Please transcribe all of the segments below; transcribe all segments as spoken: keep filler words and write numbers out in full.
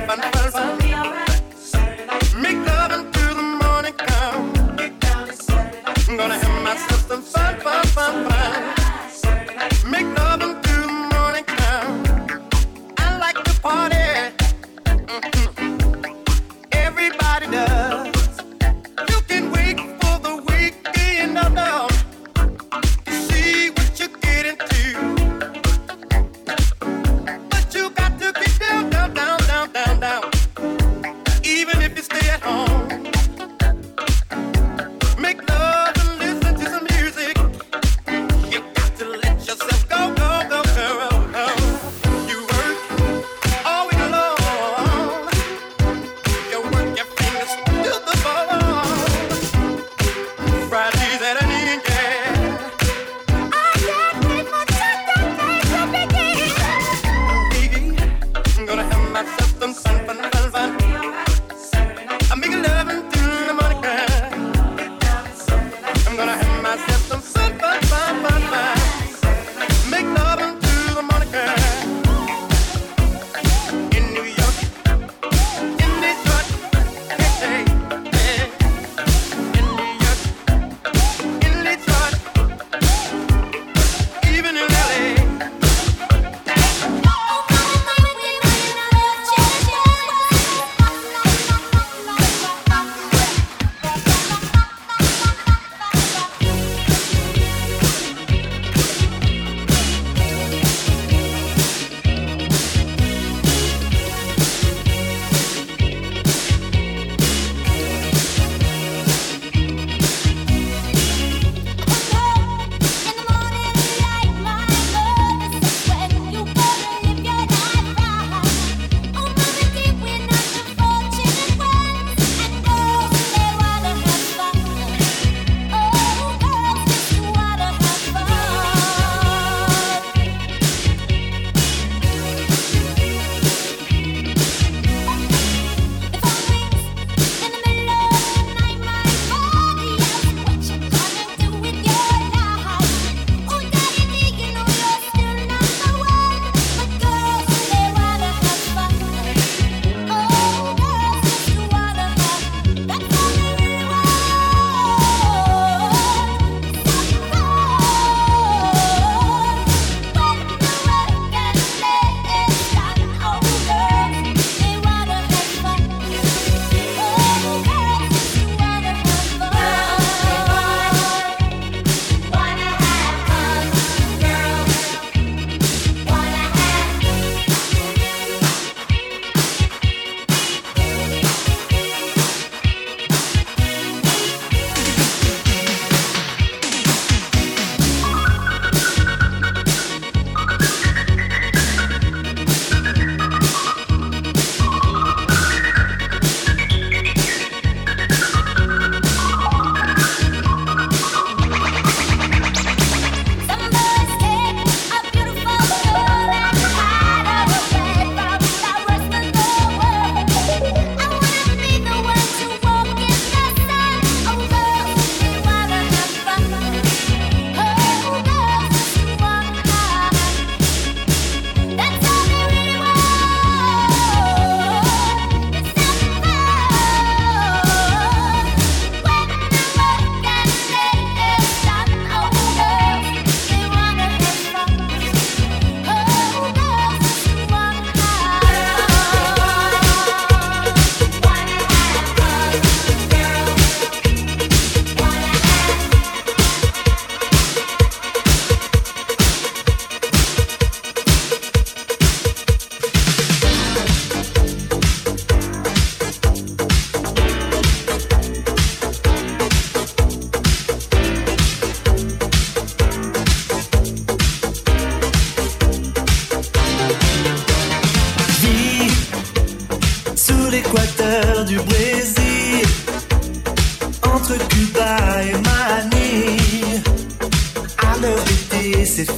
c'est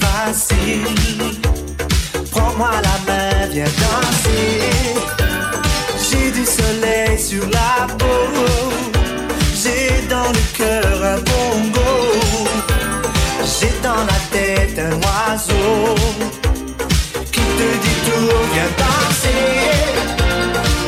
facile. Prends-moi la main, viens danser. J'ai du soleil sur la peau. J'ai dans le cœur un bongo. J'ai dans la tête un oiseau qui te dit tout, viens danser.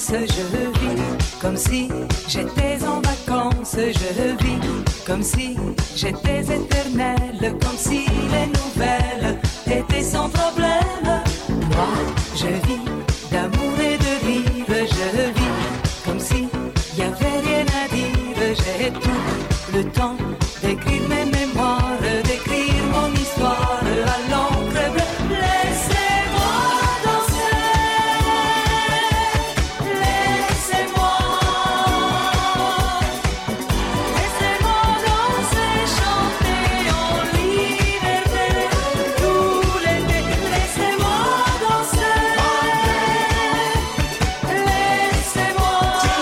danse, je vis comme si j'étais en vacances, je vis comme si j'étais éternelle, comme si les nouvelles étaient sans problème. Moi, je vis d'amour et de rire, je vis comme si y avait rien à dire. J'ai tout le temps d'écrire mes mémoires, d'écrire mon histoire à l'encre bleue. Laissez-moi danser, laissez-moi, laissez-moi danser, chanter en liberté tout l'été. Laissez-moi danser, laissez-moi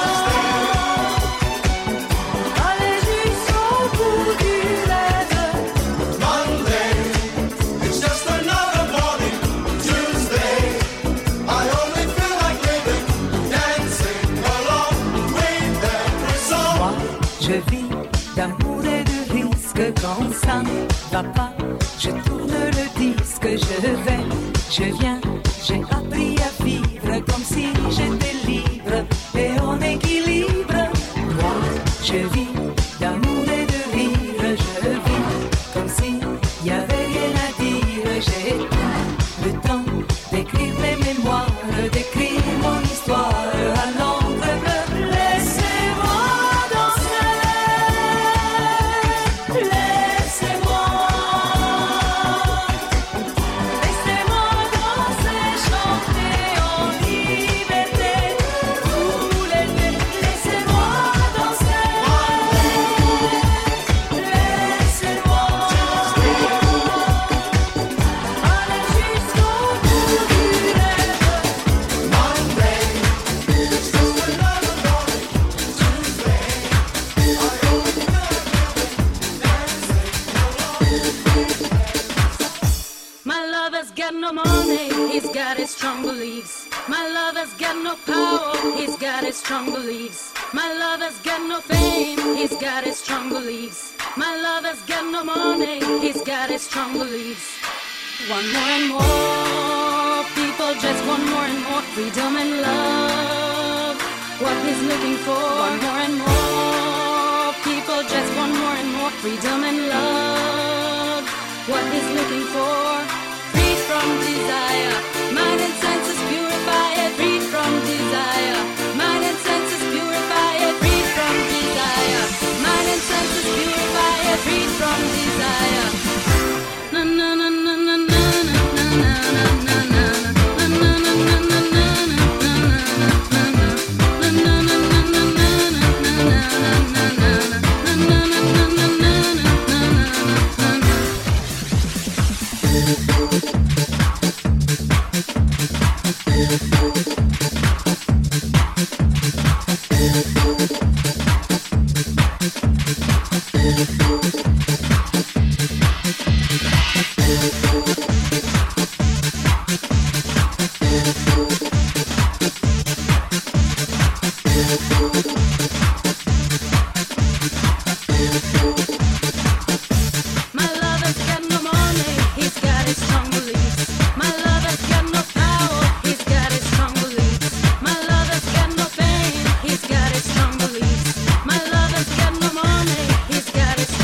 aller jusqu'au bout du rêve. Monday, it's just another morning. Tuesday, I only feel like living, dancing along with every song. Moi, je vis d'amour et de risque. Quand ça ne va pas, je tourne le disque. Je vais, je viens, j'ai appris à vivre comme si j'étais libre et en équilibre. Moi, je vis d'amour et de rire. Je vis comme si y avait rien à dire. J'ai tout le temps d'écrire mes mémoires, d'écrire mon histoire à l'encre bleue. Laissez-moi danser, laissez-moi, laissez-moi danser, chanter en liberté tout l'été. Laissez-moi danser, laissez-moi aller jusqu'au bout du rêve. Monday, it's just another morning. Tuesday, I only feel like living, dancing along. My lover's got no money, he's got his strong beliefs. My lover's got no power, he's got his strong beliefs. My lover's got no fame, he's got his strong beliefs. My lover's got no money, he's got his strong beliefs. Want more and more, people just want more and more freedom and love. What he's looking for, want more and more, people just want more and more freedom and love. What he's looking for, free from desire, mind and senses purify it, free from desire, mind and senses purify it, free from desire, mind and senses purify it, free from desire. Na na na na na na na na na na na. My lover's got no money, he's got his strong beliefs. My lover's got no power, he's got his strong beliefs. My lover's got no fame, he's got his strong beliefs. My lover's got no money, he's got his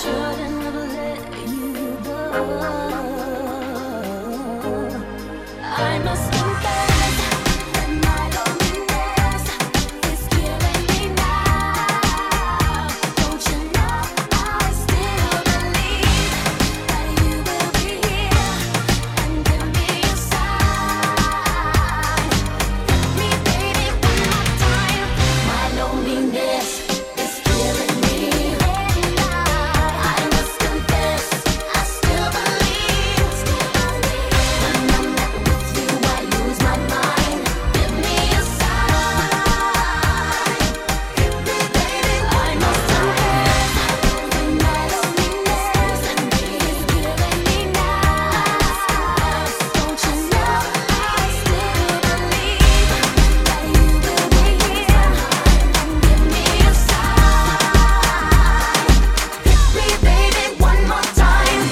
shouldn't have let you go. I must confess that my loneliness is killing me now. Don't you know I still believe that you will be here and give me a sign. Hit me, baby, one more time. My loneliness is killing me. I must confess, I still believe. When I'm not with you, I lose my mind. Give me a sign. Hit me, baby. I must confess that my loneliness is killing me now. Don't you know I still believe that you will be here and give me a sign. Hit me, baby, one more time.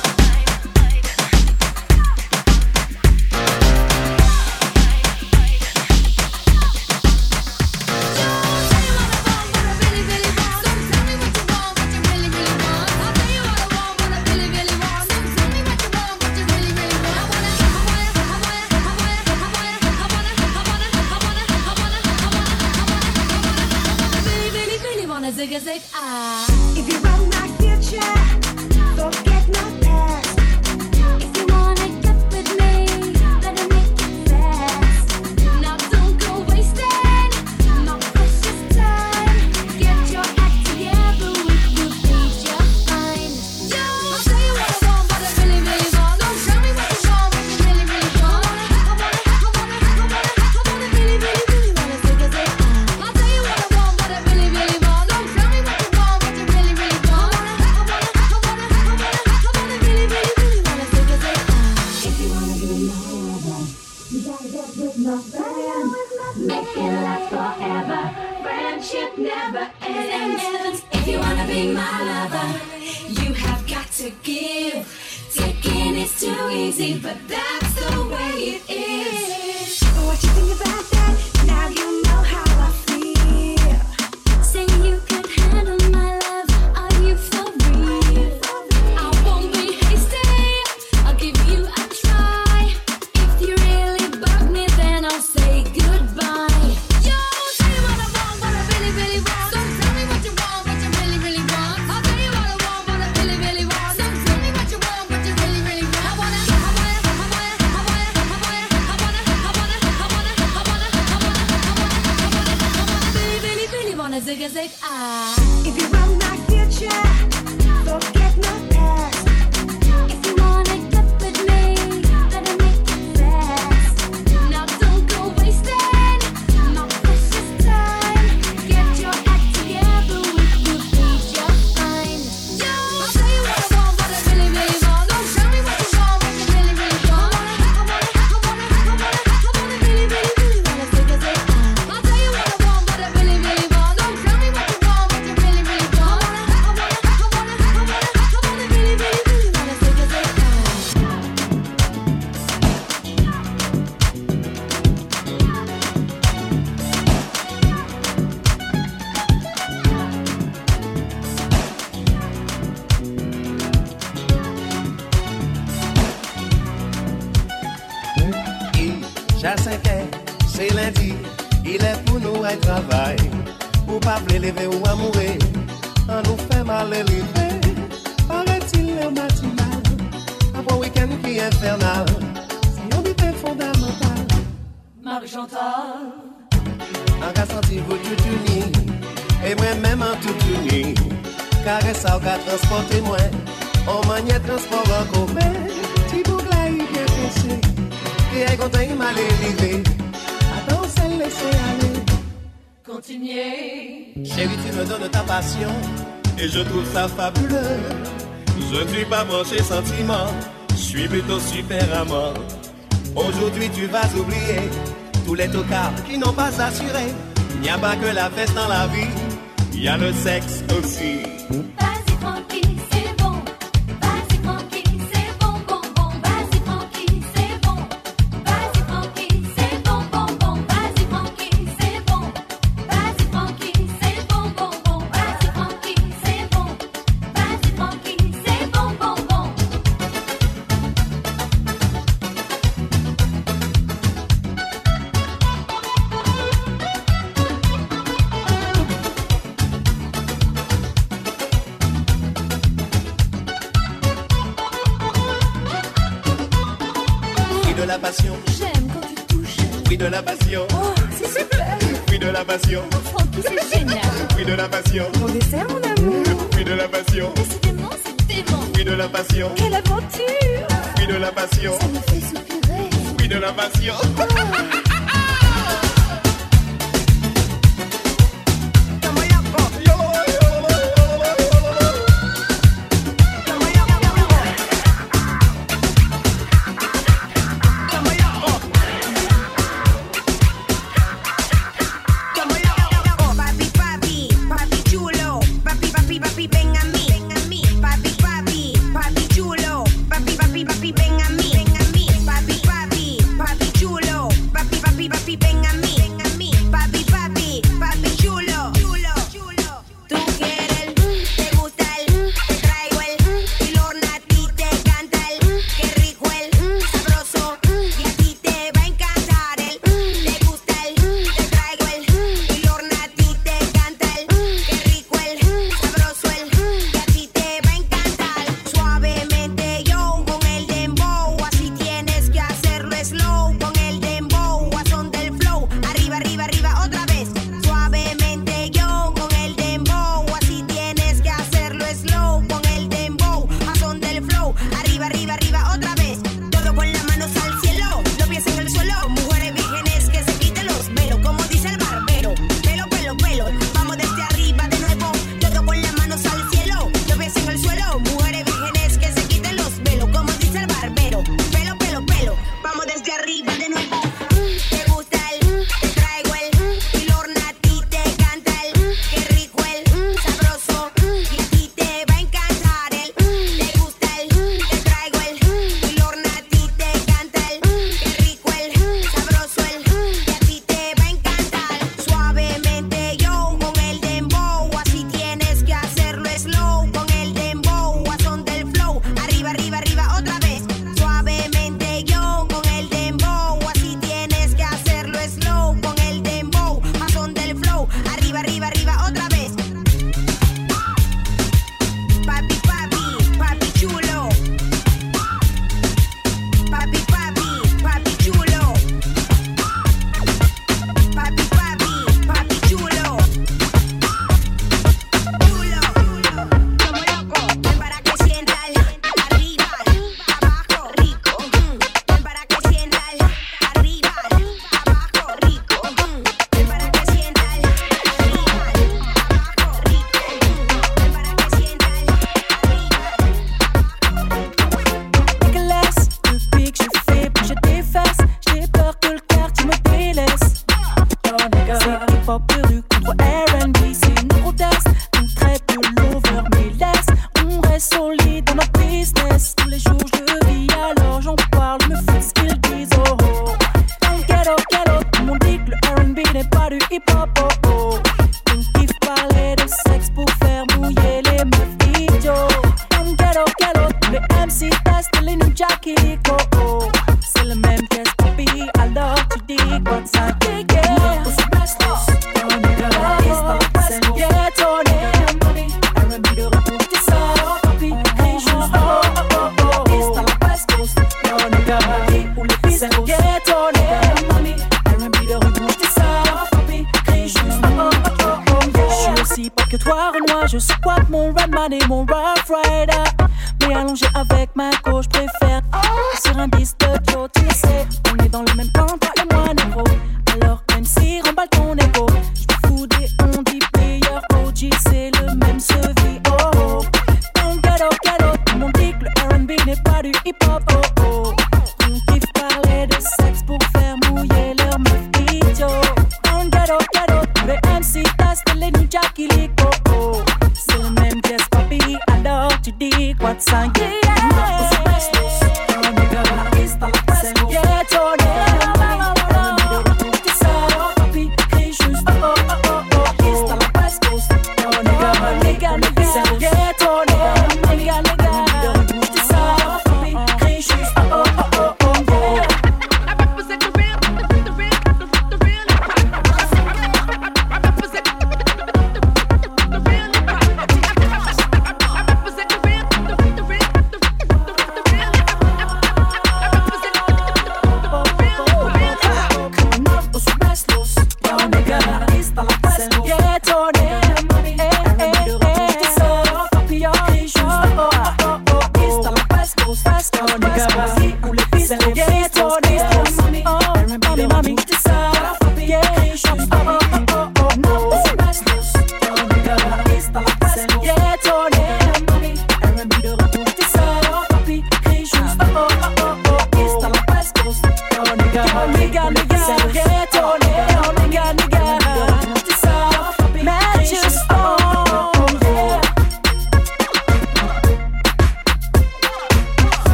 Zig zig ah. If you want my future, forget my past. If you wanna get with me, better make it fast. Now don't go wasting my precious time. Get your act together, we will be just fine. Yo, I'll tell you what I want, what I really, really want. Don't tell me what you want, what you really, really want. I wanna, I wanna, I wanna, I wanna, really, really, really wanna zig a zig ah. I'll tell you what I want, what I really, really want. Don't tell me what you want, what you really, really want. I wanna, I wanna, I wanna, I wanna, really, really, really wanna zig a zig ah. If you wanna be my lover, you gotta get with my friend. Make it last forever. Friendship never ends. If you wanna be my lover, you have got to give. Taking is too easy, but that's the way it is. What you think about that? Now you know how I feel. Say you can handle my love. Are you for real? I won't be hasty. I'll give you a try. If you really bug me, then I'll say goodbye. Yo, tell you what I want, what I really, really want. Don't tell me what you want, what you really, really want. I'll tell you what I want, what I really, really want. Don't tell me what you want, what you really, really want. I wanna, I wanna, I wanna, I wanna, I wanna, I wanna, I wanna, I wanna, I wanna, I wanna, I wanna, really, really, really wanna zig a zig ah. If you want my future, forget my past. If you wanna get with me, better make it fast. Now don't go wasting my precious time. Get your act together, we will be just fine. Yo, I'll tell you what I want, what I really, really want. Don't tell me what you want, what you really, really want. I wanna, I wanna, I wanna, I wanna, really, really, really wanna zig a zig ah. I'll tell you what I want, what I really, really want. Don't tell me what you want, what you really, really want. I wanna, I wanna, I wanna, I wanna, I wanna, really, really, really wanna zig a zig ah. J'ai cinq ans, c'est lundi, il est pour nous à travail. Ou pas lever ou à mourir, on nous fait mal lever. Paraît-il le matinal, après un week-end qui est infernal. C'est une unité fondamentale. Marie-Chantal, En cas senti vous tout uni, et moi-même en tout uni. Car ça va transporter moi, on maniait transport en commun. Si vous l'avez bien pensé, et elle content il m'a l'élevé. Attends, c'est laisser aller. continuez. Chérie, tu me donnes ta passion, et je trouve ça fabuleux. Je ne suis pas branché sentiment, je suis plutôt super amant. Aujourd'hui tu vas oublier tous les tocards qui n'ont pas assuré. Il n'y a pas que la fête dans la vie, il y a le sexe aussi. Vas-y tranquille, c'est bon. Vas-y tranquille, c'est bon, bon, bon. Vas-y tranquille, c'est bon. Vas-y tranquille, c'est bon, bon, bon. Vas-y tranquille, c'est bon. Vas-y tranquille, c'est bon, bon, bon. Vas-y tranquille, c'est bon. Vas-y tranquille. la passion. J'aime quand tu touches. Fruit de la passion. Oh, c'est super. Fruit de la passion. Oh, Francky, c'est génial. Fruit de la passion. Mon dessert, mon amour. Fruit de la passion. Décidément, c'est dément. Fruit de la passion. Quelle aventure. Fruit de la passion. Ça me fait soupirer. Fruit de la passion. Oh. Je squatte mon Redman et mon Rough Rider. Mais allongé avec ma gauche, je préfère sur un disque de Joe, tu sais. On est dans le même camp, toi et moi, négro. Alors même si remballe ton ego, je fous des on dit player O G, c'est le même sevi. Oh oh, on ghetto ghetto, tout le monde dit que le R and B n'est pas du hip hop. Oh oh, on kiffe parler de sexe pour faire mouiller leur meuf idiot. On ghetto ghetto, tous les M C testent les New Jack Illico. Oh, c'est le même pièce papi, alors tu dis quoi de ça? Yeah, Got me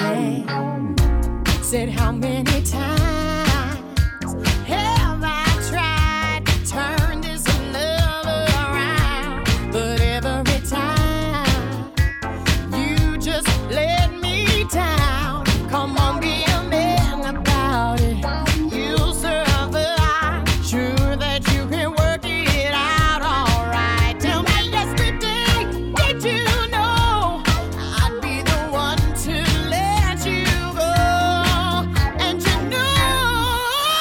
yeah. Said how many times have I tried to turn this love around, but every time you just let me down. Come on, be a man about it. You'll survive. Sure that you can work it out all right. Tell me yesterday, did you know I'd be the one to let you go? And you know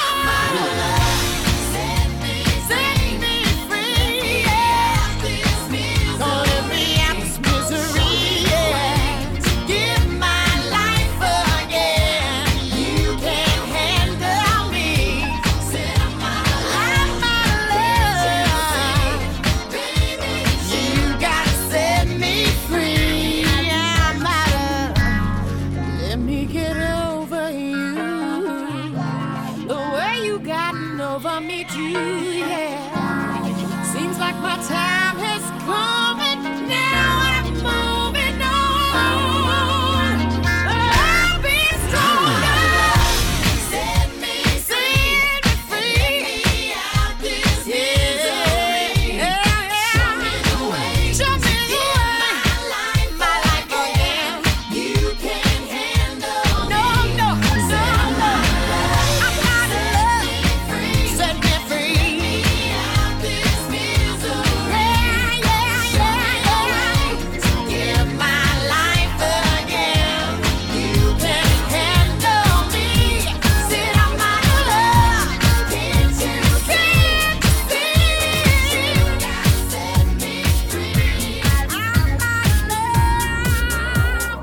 set me, set me free, yeah. Gonna let me out this misery, yeah. To give my life again. You can't handle me. I'm my love. You gotta set me free. I'm out of. Let me get over you. The way you gotten over me too, yeah. Seems like my time has come and now I'm moving on. I'll be stronger. Set me, set me free. Out this misery. Show me the way. Show me the way. My life again. You can't handle me. No, no, no, no. I'm out of love. Set me free. Out this misery. Yeah, yeah, yeah, yeah. To give my life again. You can't handle me. Said I'm out of love. Can't you see? You gotta set me free. I'm out of love.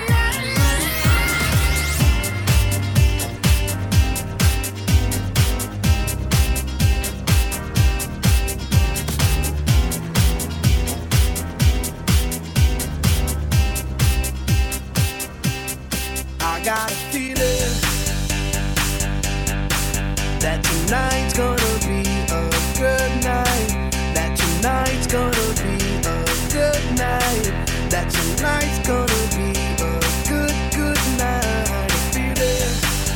I got a feeling that tonight's gonna be a good night. That tonight's gonna be a good night. That tonight's gonna be a good, good night. A feeling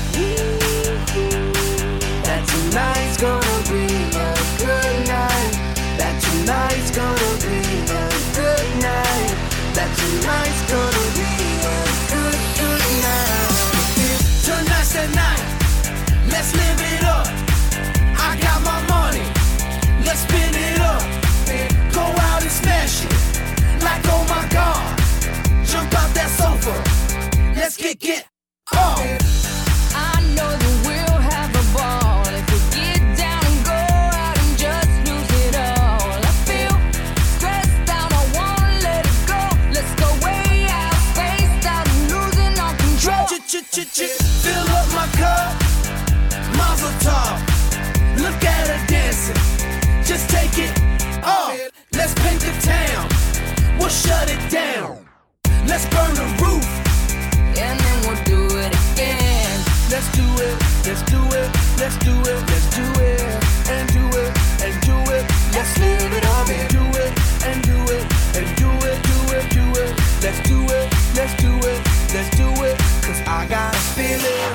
that tonight's gonna be a good night. That tonight's gonna be a good night. That tonight's gonna be a good, good night. Tonight's the night. Let's live it up. I got my money. Let's spin it up. Go out and smash it. Like oh my God. Jump out that sofa. Let's kick it off. I know that we'll have a ball if we get down and go out and just lose it all. I feel stressed out, I wanna let it go. Let's go way out, spaced out and losing all control. Fill up my cup. Mazel tov. Look at her dancing. Just take it off. Let's paint the town. We'll shut it down. Let's burn the roof. And then we'll do it again. Let's do it, let's do it, let's do it, let's do it, and do it, and do it. Let's live it up and do it, and do it, and do it, do it, do it. Let's do it, let's do it, let's do it. Cause I got a feeling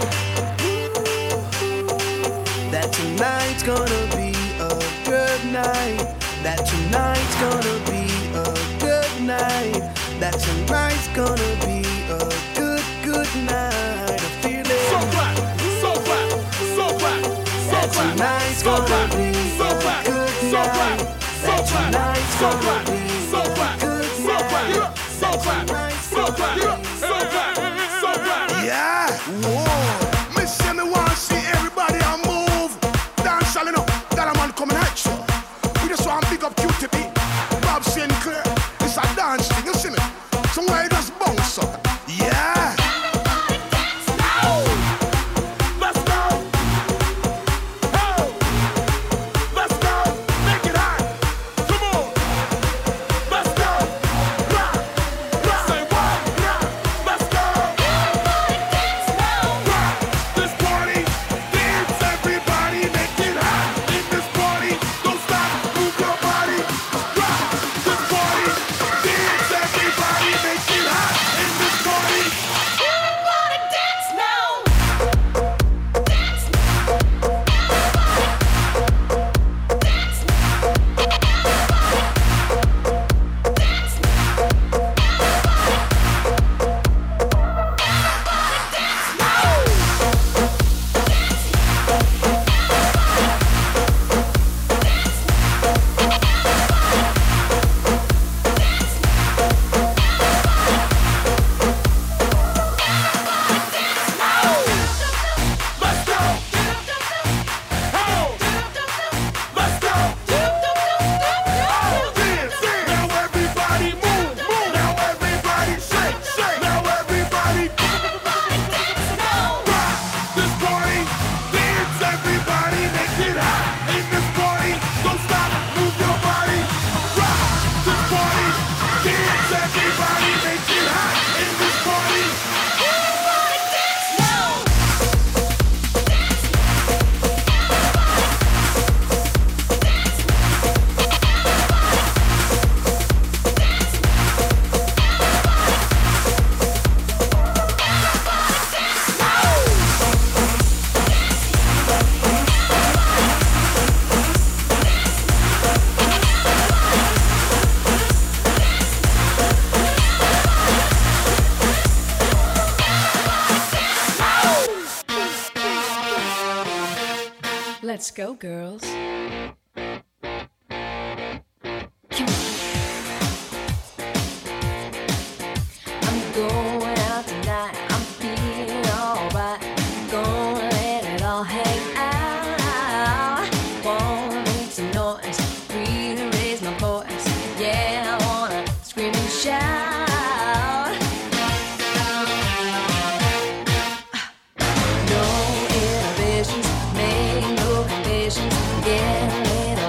that tonight's gonna be a good night. That tonight's gonna be a good night. That tonight's gonna be a good, good night. A feeling So black, so black, so black, so that black, tonight's so gonna black, be so a black, good so black, night. so That black, tonight's so gonna black, be so a black, good so black, night. so black, so black, so black, so black. Yeah, whoa. Me say me want see everybody a move. Dance all enough, that a man coming at you. We just want big up Q T P, Bob Sinclair. It's a dance thing, you see me? Somewhere you just bounce up. Yeah. Let's go. Oh. Let's go. Make it hot. Come on. Let's go. Rock. Rock. Say what? Rock. Let's go. Let's go, girls. I'm going out tonight. I'm feeling alright. Gonna let it all hang out. Wanna make some noise, really raise my voice. Yeah, I wanna scream and shout. No inhibitions, make no conditions. Get a little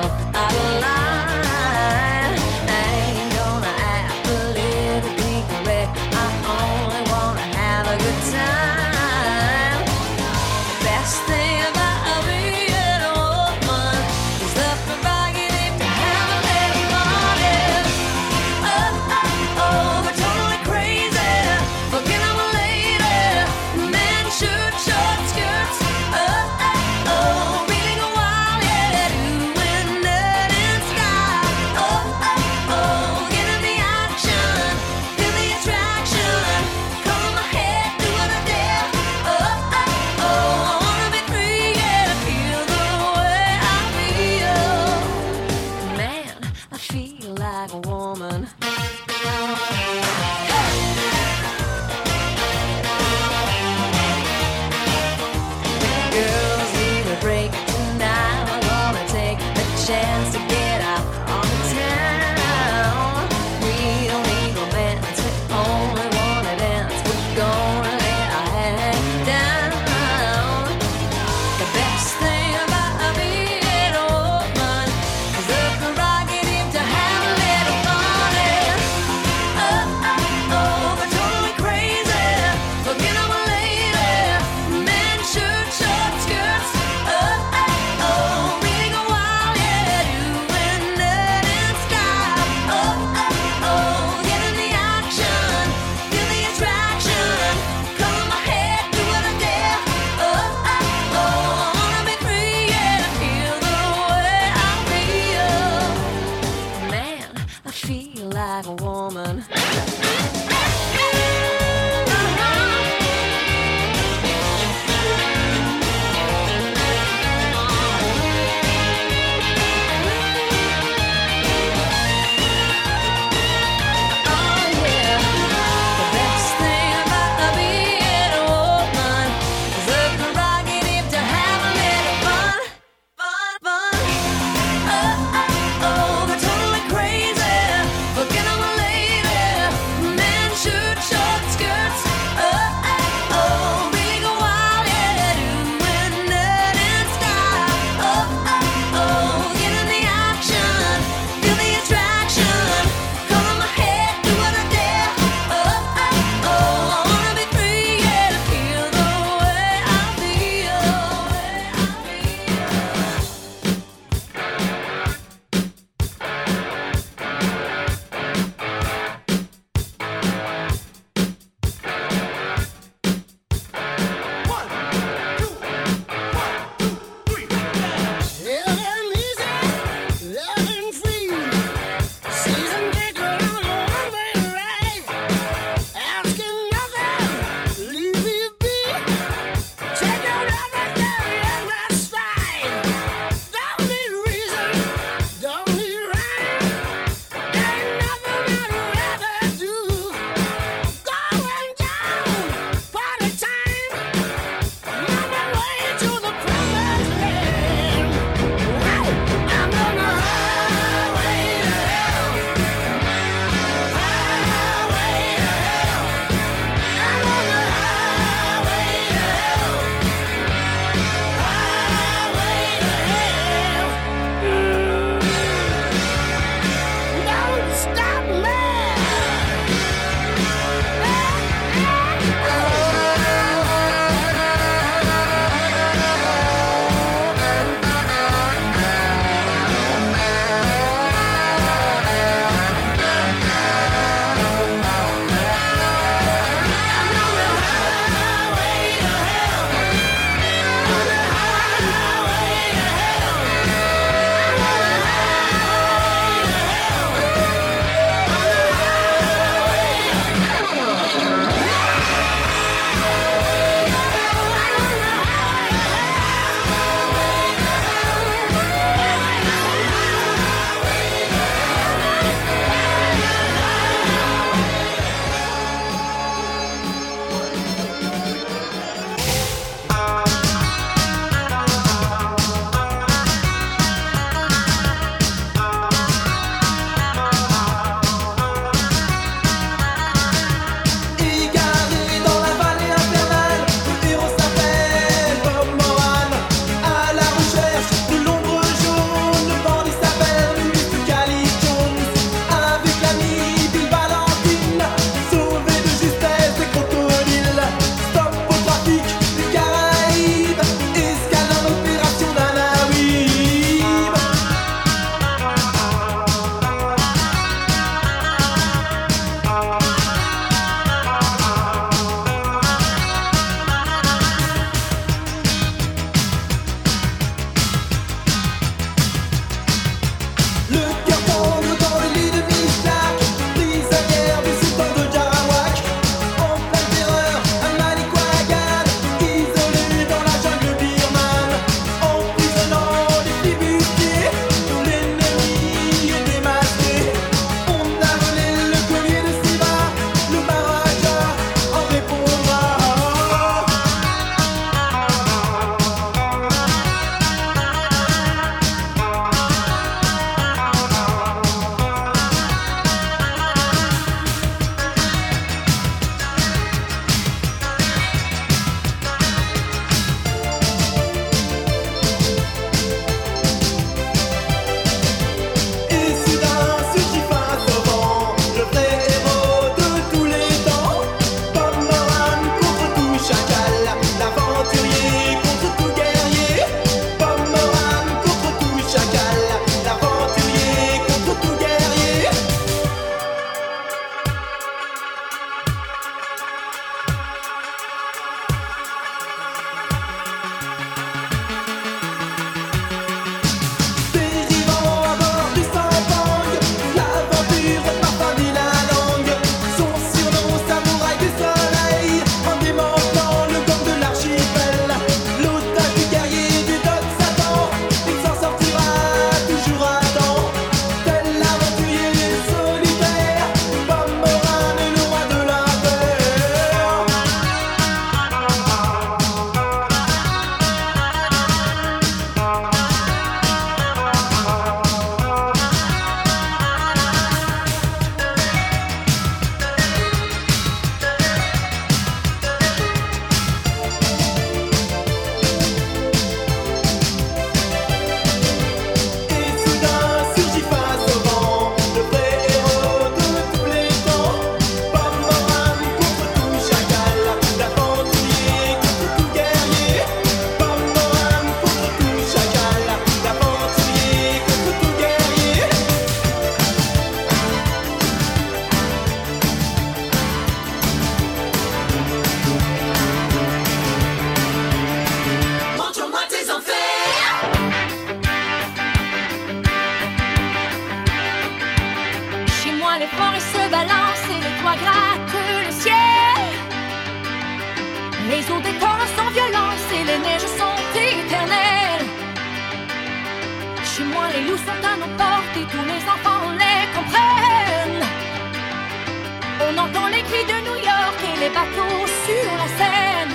violence et les neiges sont éternelles. Chez moi, les loups sont à nos portes et tous les enfants les comprennent. On entend les cris de New York et les bateaux sur la Seine.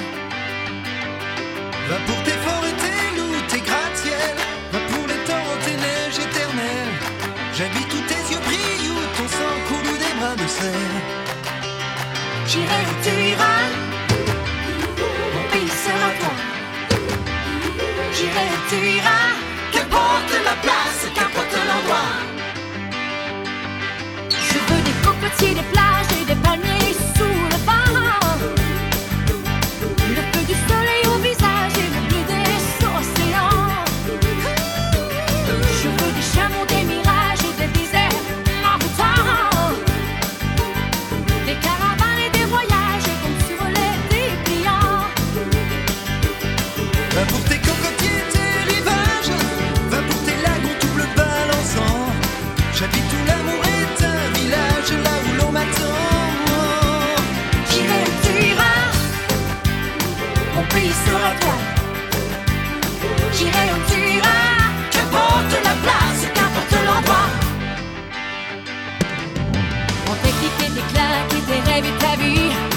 Va pour tes forêts, tes loups, tes gratte-ciel. Va pour les torrents, tes neiges éternelles. J'habite où tes yeux brillent, où ton sang coule, ou des bras de sel. J'irai où tu iras, mon pays sera toi. J'irai où tu iras, qu'importe la place, qu'importe l'endroit. Je veux des cocotiers, des plages et des palmiers sous le vent. Le feu du soleil au visage et le bleu des océans. Je veux des chameaux, des mirages et des déserts envoûtants. Des caravanes et des voyages comme sur les dépliants. Va pour tes cocotiers, tes rivages. Va pour tes lagons tout bleu balançant. J'habite où l'amour est un village, là où l'on m'attend. J'irai où tu iras, mon pays sera toi. J'irai où tu iras, qu'importe la place, qu'importe l'endroit. On t'équipe et tes claques et tes rêves et ta vie.